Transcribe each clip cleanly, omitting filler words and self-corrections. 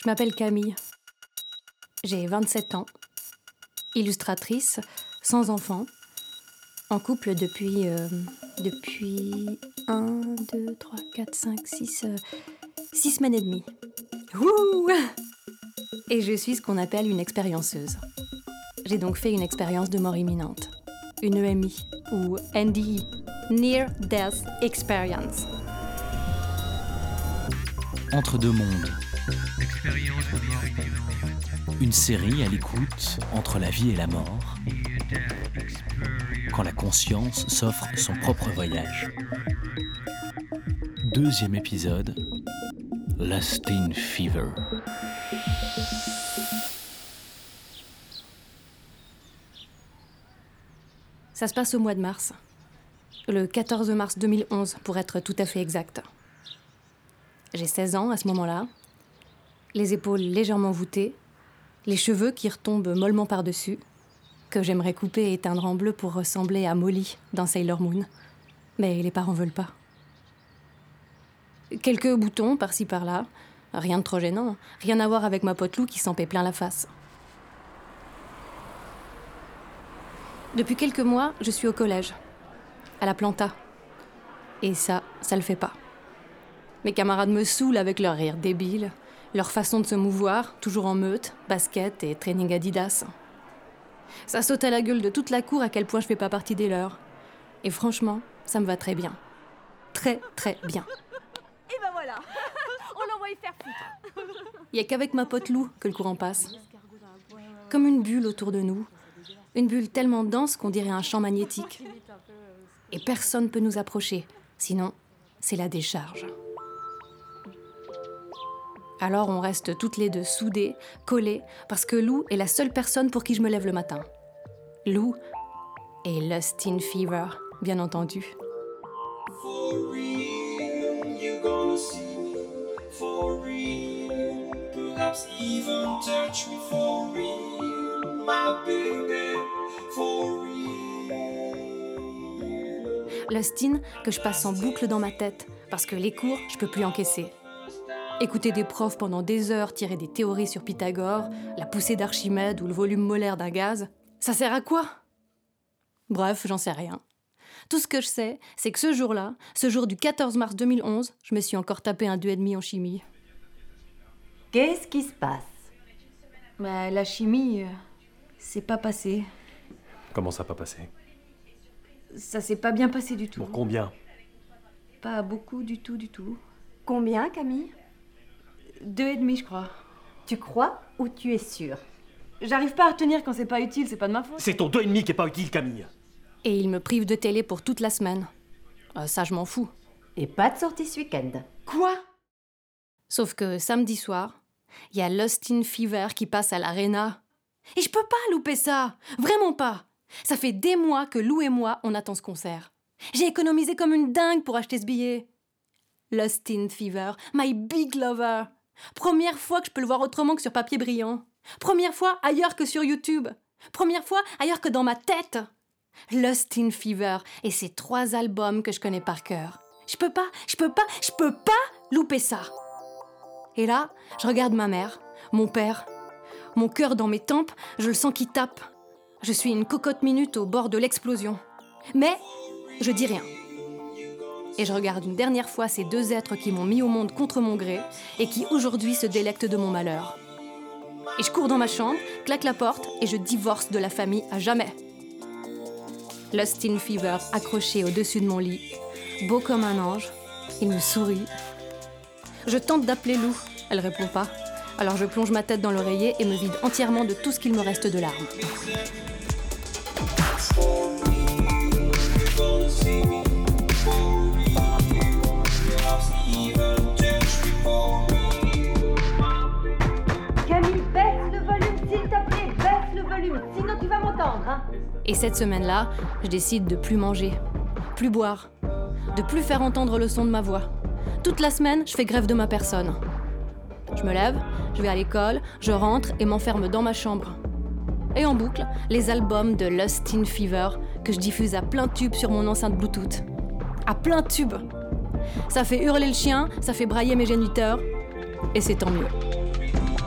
Je m'appelle Camille. J'ai 27 ans. Illustratrice, sans enfant. En couple depuis 1, 2, 3, 4, 5, 6 semaines et demie. Wouh! Et je suis ce qu'on appelle une expériencieuse. J'ai donc fait une expérience de mort imminente. Une EMI, ou NDE, Near Death Experience. Entre deux mondes. Une série à l'écoute entre la vie et la mort, quand la conscience s'offre son propre voyage. 2e épisode, Lost in Fever. Ça se passe au mois de mars. Le 14 mars 2011, pour être tout à fait exact. J'ai 16 ans à ce moment-là, les épaules légèrement voûtées, les cheveux qui retombent mollement par-dessus, que j'aimerais couper et teindre en bleu pour ressembler à Molly dans Sailor Moon. Mais les parents veulent pas. Quelques boutons par-ci par-là, rien de trop gênant, rien à voir avec ma pote Lou qui s'en paie plein la face. Depuis quelques mois, je suis au collège, à la Planta. Et ça le fait pas. Mes camarades me saoulent avec leur rire débile, leur façon de se mouvoir, toujours en meute, basket et training Adidas. Ça saute à la gueule de toute la cour à quel point je fais pas partie des leurs. Et franchement, ça me va très bien. Très, très bien. Et ben voilà, on l'envoie y faire foutre. Y a qu'avec ma pote Lou que le courant passe. Comme une bulle autour de nous. Une bulle tellement dense qu'on dirait un champ magnétique. Et personne peut nous approcher. Sinon, c'est la décharge. Alors on reste toutes les deux soudées, collées, parce que Lou est la seule personne pour qui je me lève le matin. Lou est Lost in Fever, bien entendu. For real, you're gonna see me. For real, perhaps even touch me. For real, my baby. For real. Lost in que je passe en boucle dans ma tête, parce que les cours, je peux plus encaisser. Écouter des profs pendant des heures tirer des théories sur Pythagore, la poussée d'Archimède ou le volume molaire d'un gaz, ça sert à quoi? Bref, j'en sais rien. Tout ce que je sais, c'est que ce jour-là, ce jour du 14 mars 2011, je me suis encore tapé un 2,5 en chimie. Qu'est-ce qui se passe? La chimie, c'est pas passé. Comment ça pas passé? Ça s'est pas bien passé du tout. Pour combien? Pas beaucoup du tout. Combien, Camille? 2,5, je crois. Tu crois ou tu es sûre? J'arrive pas à retenir quand c'est pas utile, c'est pas de ma faute. C'est ton 2,5 qui est pas utile, Camille. Et il me prive de télé pour toute la semaine. Ça, je m'en fous. Et pas de sortie ce week-end. Quoi? Sauf que samedi soir, il y a Lost in Fever qui passe à l'Arena. Et je peux pas louper ça. Vraiment pas. Ça fait des mois que Lou et moi, on attend ce concert. J'ai économisé comme une dingue pour acheter ce billet. Lost in Fever, my big lover. Première fois que je peux le voir autrement que sur papier brillant. Première fois ailleurs que sur YouTube. Première fois ailleurs que dans ma tête. Lost in Fever et ces 3 albums que je connais par cœur. Je peux pas louper ça. Et là, je regarde ma mère, mon père. Mon cœur dans mes tempes, je le sens qui tape. Je suis une cocotte minute au bord de l'explosion. Mais je dis rien. Et je regarde une dernière fois ces 2 êtres qui m'ont mis au monde contre mon gré et qui aujourd'hui se délectent de mon malheur. Et je cours dans ma chambre, claque la porte et je divorce de la famille à jamais. Lost in Fever accroché au-dessus de mon lit, beau comme un ange, il me sourit. Je tente d'appeler Lou, elle répond pas. Alors je plonge ma tête dans l'oreiller et me vide entièrement de tout ce qu'il me reste de larmes. Camille, baisse le volume, s'il te plaît, baisse le volume, sinon tu vas m'entendre, hein. Et cette semaine-là, je décide de plus manger, plus boire, de plus faire entendre le son de ma voix. Toute la semaine, je fais grève de ma personne. Je me lève, je vais à l'école, je rentre et m'enferme dans ma chambre. Et en boucle, les albums de Lost in Fever que je diffuse à plein tube sur mon enceinte Bluetooth. À plein tube. Ça fait hurler le chien, ça fait brailler mes géniteurs. Et c'est tant mieux.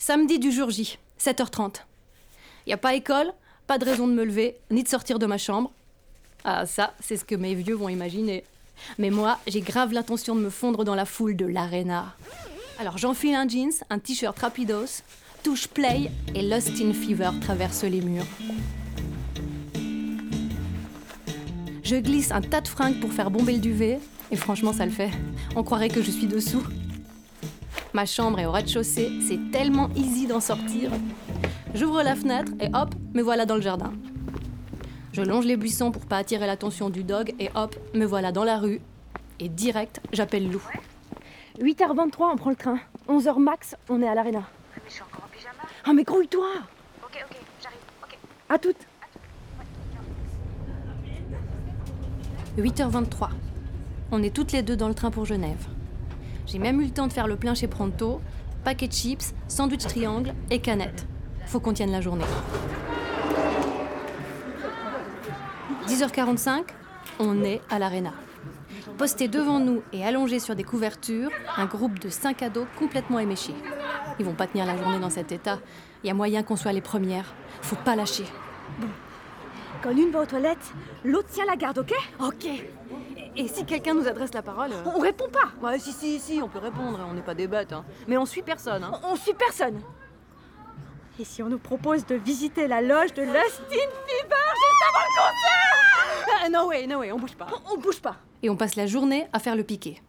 Samedi du jour J, 7h30. Y a pas école, pas de raison de me lever, ni de sortir de ma chambre. Ah ça, c'est ce que mes vieux vont imaginer. Mais moi, j'ai grave l'intention de me fondre dans la foule de l'Arena. Alors j'enfile un jeans, un t-shirt rapidos, touche play et Lost in Fever traverse les murs. Je glisse un tas de fringues pour faire bomber le duvet, et franchement ça le fait. On croirait que je suis dessous. Ma chambre est au rez-de-chaussée, c'est tellement easy d'en sortir. J'ouvre la fenêtre et hop, me voilà dans le jardin. Je longe les buissons pour pas attirer l'attention du dog et hop, me voilà dans la rue. Et direct, j'appelle Lou. 8h23, on prend le train. 11h max, on est à l'Arena. Mais je suis encore en pyjama. Ah mais grouille-toi. Ok, j'arrive. Ok. À toutes. 8h23. On est toutes les deux dans le train pour Genève. J'ai même eu le temps de faire le plein chez Pronto, paquet de chips, sandwich triangle et canette. Faut qu'on tienne la journée. 10h45, on est à l'Arena. Postés devant nous et allongés sur des couvertures, un groupe de 5 ados complètement éméchés. Ils vont pas tenir la journée dans cet état. Il y a moyen qu'on soit les premières. Faut pas lâcher. Quand l'une va aux toilettes, l'autre tient la garde, ok? Ok. Et si quelqu'un nous adresse la parole On répond pas. Ouais, si, on peut répondre. On n'est pas des bêtes, hein. Mais on suit personne, hein. On suit personne. Et si on nous propose de visiter la loge de Lost in Fever juste avant le concert? No way, on bouge pas. On bouge pas. Et on passe la journée à faire le piquet.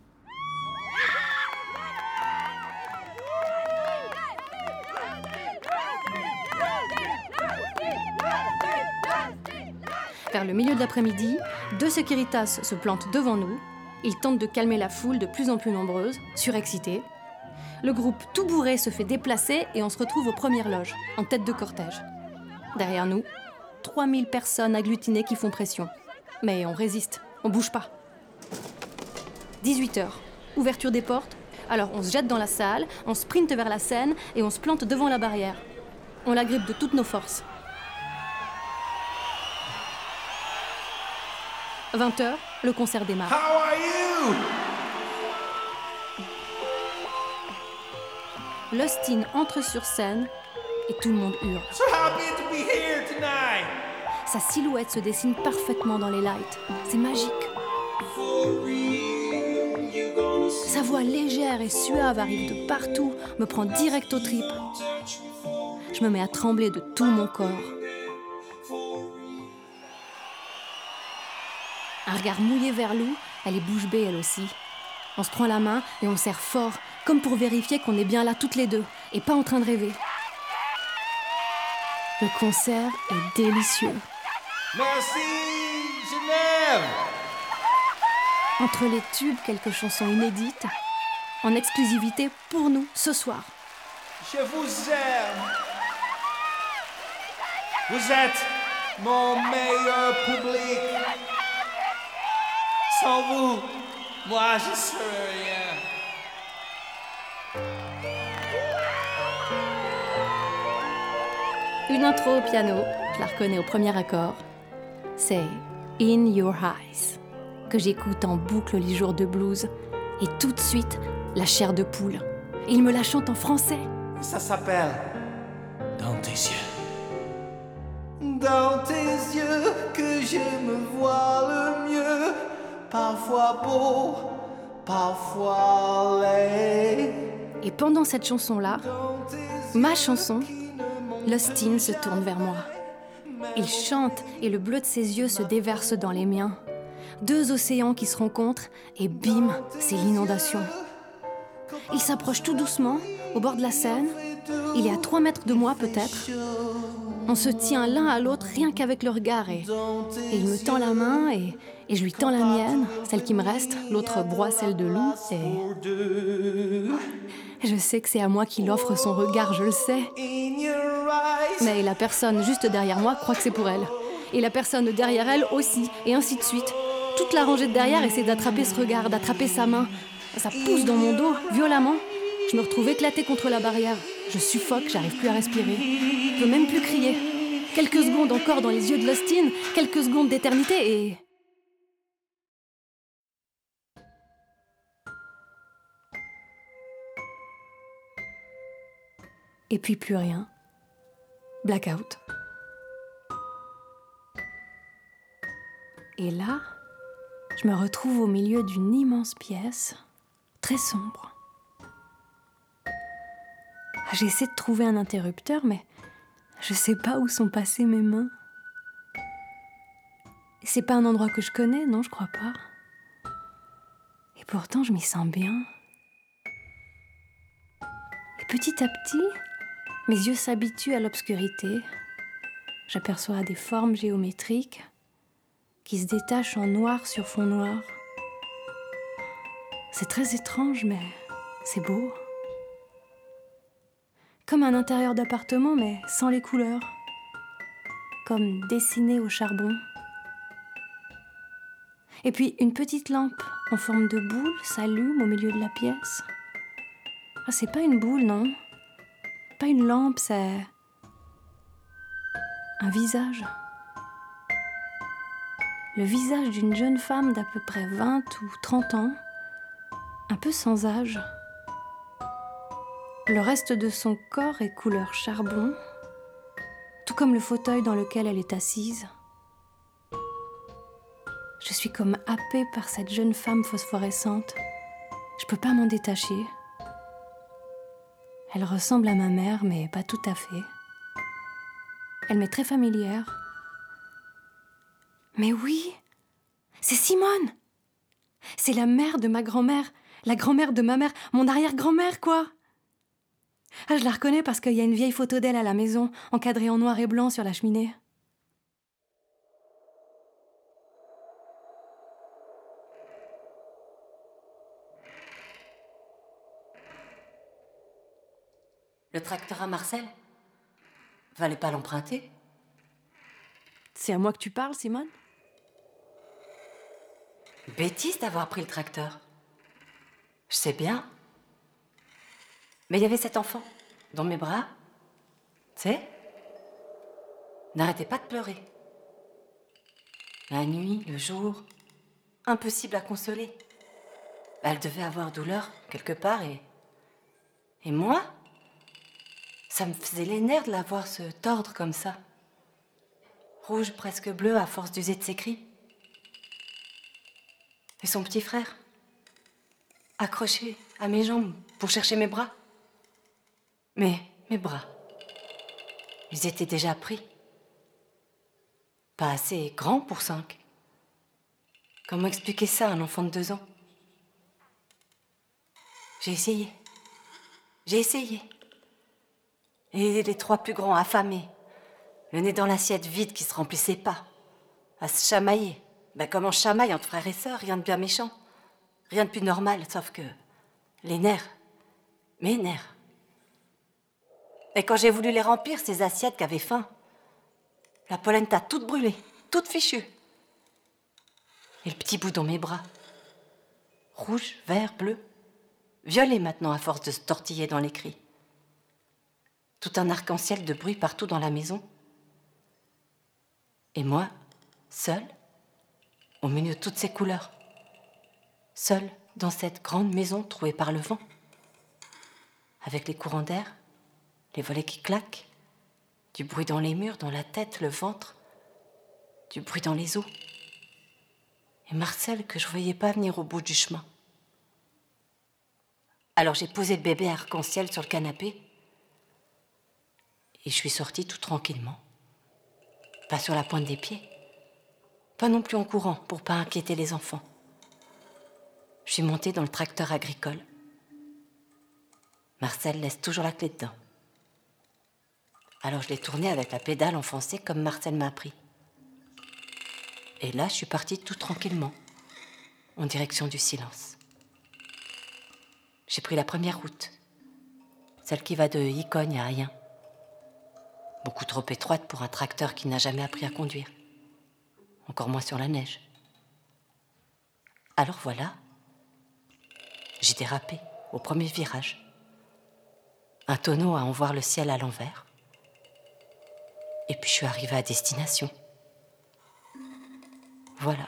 Vers le milieu de l'après-midi, 2 Securitas se plantent devant nous. Ils tentent de calmer la foule de plus en plus nombreuse, surexcitée. Le groupe tout bourré se fait déplacer et on se retrouve aux premières loges, en tête de cortège. Derrière nous, 3000 personnes agglutinées qui font pression. Mais on résiste, on bouge pas. 18h, ouverture des portes. Alors on se jette dans la salle, on sprinte vers la scène et on se plante devant la barrière. On la grippe de toutes nos forces. 20h, le concert démarre. How are you? Lostin entre sur scène et tout le monde hurle. So happy to be here tonight. Sa silhouette se dessine parfaitement dans les lights. C'est magique. For real, you gonna see. Sa voix légère et suave arrive de partout, me prend direct aux tripes. Touch me for Je me mets à trembler de tout mon corps. Un regard mouillé vers Lou, elle est bouche bée elle aussi. On se prend la main et on serre fort, comme pour vérifier qu'on est bien là toutes les deux, et pas en train de rêver. Le concert est délicieux. Merci, Genève. Entre les tubes, quelques chansons inédites, en exclusivité pour nous ce soir. Je vous aime. Vous êtes mon meilleur public. Sans vous, moi je serais rien. Une intro au piano, je la reconnais au premier accord. C'est In Your Eyes, que j'écoute en boucle les jours de blues. Et tout de suite, la chair de poule. Et il me la chante en français. Ça s'appelle Dans tes yeux. dans tes yeux que je me vois le mieux. Parfois beau, parfois laid. Et pendant cette chanson-là, ma chanson, Lostin se tourne vers moi. Il chante et le bleu de ses yeux se déverse dans les miens. 2 océans qui se rencontrent et bim, c'est l'inondation. Il s'approche tout doucement, au bord de la Seine. Il est à 3 mètres de moi peut-être. On se tient l'un à l'autre rien qu'avec le regard et il me tend la main et je lui tends la mienne, celle qui me reste, l'autre broie celle de Lou et je sais que c'est à moi qu'il offre son regard, je le sais. Mais la personne juste derrière moi croit que c'est pour elle. Et la personne derrière elle aussi, et ainsi de suite. Toute la rangée de derrière essaie d'attraper ce regard, d'attraper sa main. Ça pousse dans mon dos, violemment. Je me retrouve éclatée contre la barrière. Je suffoque, j'arrive plus à respirer. Je peux même plus crier. Quelques secondes encore dans les yeux de Lostin, quelques secondes d'éternité et... Et puis plus rien. Blackout. Et là, je me retrouve au milieu d'une immense pièce, très sombre. J'essaie de trouver un interrupteur, mais je sais pas où sont passées mes mains. C'est pas un endroit que je connais, non, je crois pas. Et pourtant, je m'y sens bien. Et petit à petit, mes yeux s'habituent à l'obscurité. J'aperçois des formes géométriques qui se détachent en noir sur fond noir. C'est très étrange, mais c'est beau. Comme un intérieur d'appartement, mais sans les couleurs. Comme dessiné au charbon. Et puis une petite lampe en forme de boule s'allume au milieu de la pièce. Ah, c'est pas une boule, non. Pas une lampe, c'est un visage. Le visage d'une jeune femme d'à peu près 20 ou 30 ans, un peu sans âge. Le reste de son corps est couleur charbon, tout comme le fauteuil dans lequel elle est assise. Je suis comme happée par cette jeune femme phosphorescente. Je peux pas m'en détacher. Elle ressemble à ma mère, mais pas tout à fait. Elle m'est très familière. Mais oui, c'est Simone. C'est la mère de ma grand-mère, la grand-mère de ma mère, mon arrière-grand-mère, quoi. Ah, je la reconnais parce qu'il y a une vieille photo d'elle à la maison, encadrée en noir et blanc sur la cheminée. Le tracteur à Marcel? Fallait pas l'emprunter? C'est à moi que tu parles, Simone? Bêtise d'avoir pris le tracteur. Je sais bien. Mais il y avait cet enfant dans mes bras. Tu sais? N'arrêtez pas de pleurer. La nuit, le jour, impossible à consoler. Elle devait avoir douleur quelque part et moi, ça me faisait les nerfs de la voir se tordre comme ça. Rouge, presque bleu, à force d'user de ses cris. Et son petit frère, accroché à mes jambes pour chercher mes bras. Mais mes bras, ils étaient déjà pris. Pas assez grands pour 5. Comment expliquer ça à un enfant de 2 ans? J'ai essayé. Et les 3 plus grands affamés, le nez dans l'assiette vide qui se remplissait pas, à se chamailler. Comme on chamaille entre frères et sœurs, rien de bien méchant. Rien de plus normal, sauf que les nerfs, mes nerfs. Et quand j'ai voulu les remplir, ces assiettes qui avaient faim, la polenta toute brûlée, toute fichue. Et le petit bout dans mes bras. Rouge, vert, bleu, violet maintenant à force de se tortiller dans les cris. Tout un arc-en-ciel de bruit partout dans la maison. Et moi, seule, au milieu de toutes ces couleurs. Seule dans cette grande maison trouée par le vent. Avec les courants d'air, les volets qui claquent, du bruit dans les murs, dans la tête, le ventre, du bruit dans les os. Et Marcel que je voyais pas venir au bout du chemin. Alors j'ai posé le bébé arc-en-ciel sur le canapé et je suis sortie tout tranquillement. Pas sur la pointe des pieds. Pas non plus en courant pour pas inquiéter les enfants. Je suis montée dans le tracteur agricole. Marcel laisse toujours la clé dedans. Alors je l'ai tourné avec la pédale enfoncée comme Marcel m'a appris. Et là, je suis partie tout tranquillement, en direction du silence. J'ai pris la première route, celle qui va de Icogne à Ayen. Beaucoup trop étroite pour un tracteur qui n'a jamais appris à conduire. Encore moins sur la neige. Alors voilà, j'ai dérapé au premier virage. Un tonneau à en voir le ciel à l'envers. Et puis je suis arrivée à destination. Voilà.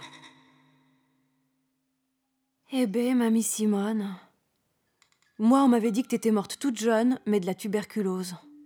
Eh ben, mamie Simone. Moi, on m'avait dit que t'étais morte toute jeune, mais de la tuberculose.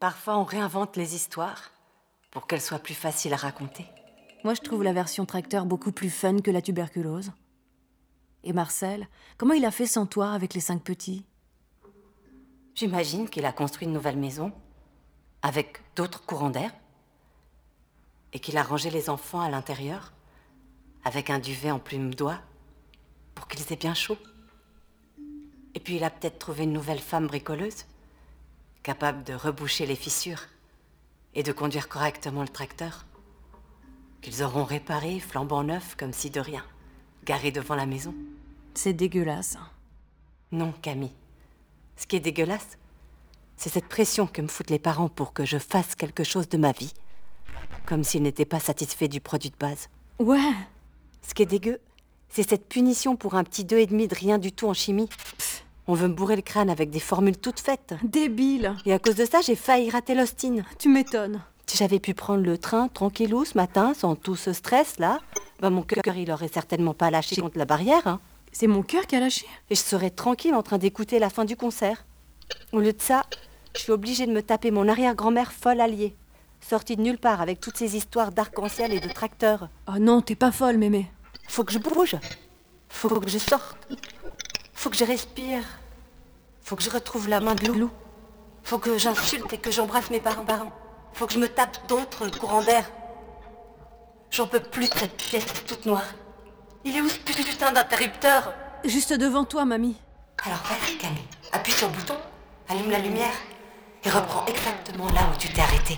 Parfois, on réinvente les histoires pour qu'elles soient plus faciles à raconter. Moi, je trouve la version tracteur beaucoup plus fun que la tuberculose. Et Marcel, comment il a fait sans toi avec les 5 petits? J'imagine qu'il a construit une nouvelle maison avec d'autres courants d'air et qu'il a rangé les enfants à l'intérieur avec un duvet en plume d'oie pour qu'ils aient bien chaud. Et puis il a peut-être trouvé une nouvelle femme bricoleuse capable de reboucher les fissures et de conduire correctement le tracteur qu'ils auront réparé flambant neuf comme si de rien, garé devant la maison. C'est dégueulasse. Non, Camille. Ce qui est dégueulasse, c'est cette pression que me foutent les parents pour que je fasse quelque chose de ma vie, comme s'ils n'étaient pas satisfaits du produit de base. Ouais. Ce qui est dégueu, c'est cette punition pour un petit 2,5 de rien du tout en chimie. On veut me bourrer le crâne avec des formules toutes faites. Débile. Et à cause de ça, j'ai failli rater l'Austin. Tu m'étonnes. Si j'avais pu prendre le train tranquillou ce matin, sans tout ce stress-là, mon cœur, il aurait certainement pas lâché contre la barrière, hein. C'est mon cœur qui a lâché. Et je serais tranquille en train d'écouter la fin du concert. Au lieu de ça, je suis obligée de me taper mon arrière-grand-mère folle alliée, sortie de nulle part avec toutes ces histoires d'arc-en-ciel et de tracteurs. Oh non, t'es pas folle, mémé. Faut que je bouge. Faut que je sorte. Faut que je respire. Faut que je retrouve la main de Lou. Faut que j'insulte et que j'embrasse mes parents. Faut que je me tape d'autres courants d'air. J'en peux plus de cette pièce toute noire. Il est où ce putain d'interrupteur? Juste devant toi, mamie. Alors vas-y, Camille. Appuie sur le bouton, allume la lumière et reprends exactement là où tu t'es arrêté.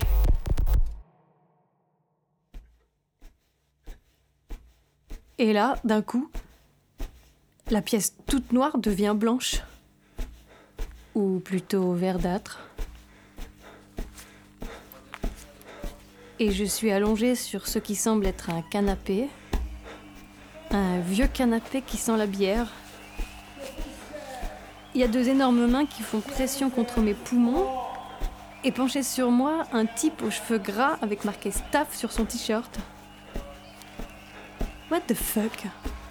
Et là, d'un coup, la pièce toute noire devient blanche. Ou plutôt verdâtre. Et je suis allongée sur ce qui semble être un canapé. Un vieux canapé qui sent la bière. Il y a 2 énormes mains qui font pression contre mes poumons. Et penché sur moi, un type aux cheveux gras avec marqué staff sur son t-shirt. What the fuck?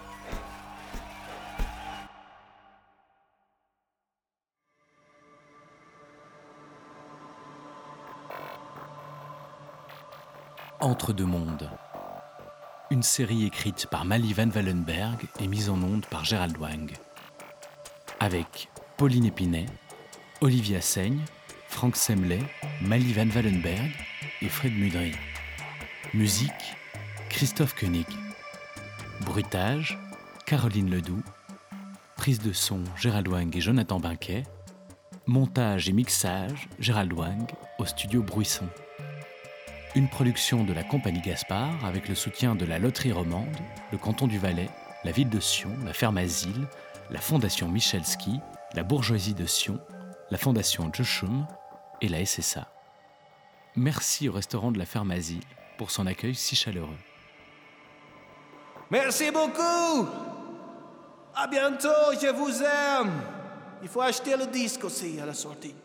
Entre deux mondes. Une série écrite par Mali Van Wallenberg et mise en onde par Gérald Wang. Avec Pauline Épinay, Olivia Seigne, Franck Semley, Mali Van Wallenberg et Fred Mudry. Musique, Christophe Koenig. Bruitage, Caroline Ledoux. Prise de son, Gérald Wang et Jonathan Binquet. Montage et mixage, Gérald Wang au studio Bruisson. Une production de la Compagnie Gaspard avec le soutien de la Loterie Romande, le canton du Valais, la ville de Sion, la ferme Asile, la Fondation Michelski, la bourgeoisie de Sion, la Fondation Jochum et la SSA. Merci au restaurant de la ferme Asile pour son accueil si chaleureux. Merci beaucoup. À bientôt, je vous aime. Il faut acheter le disque aussi à la sortie.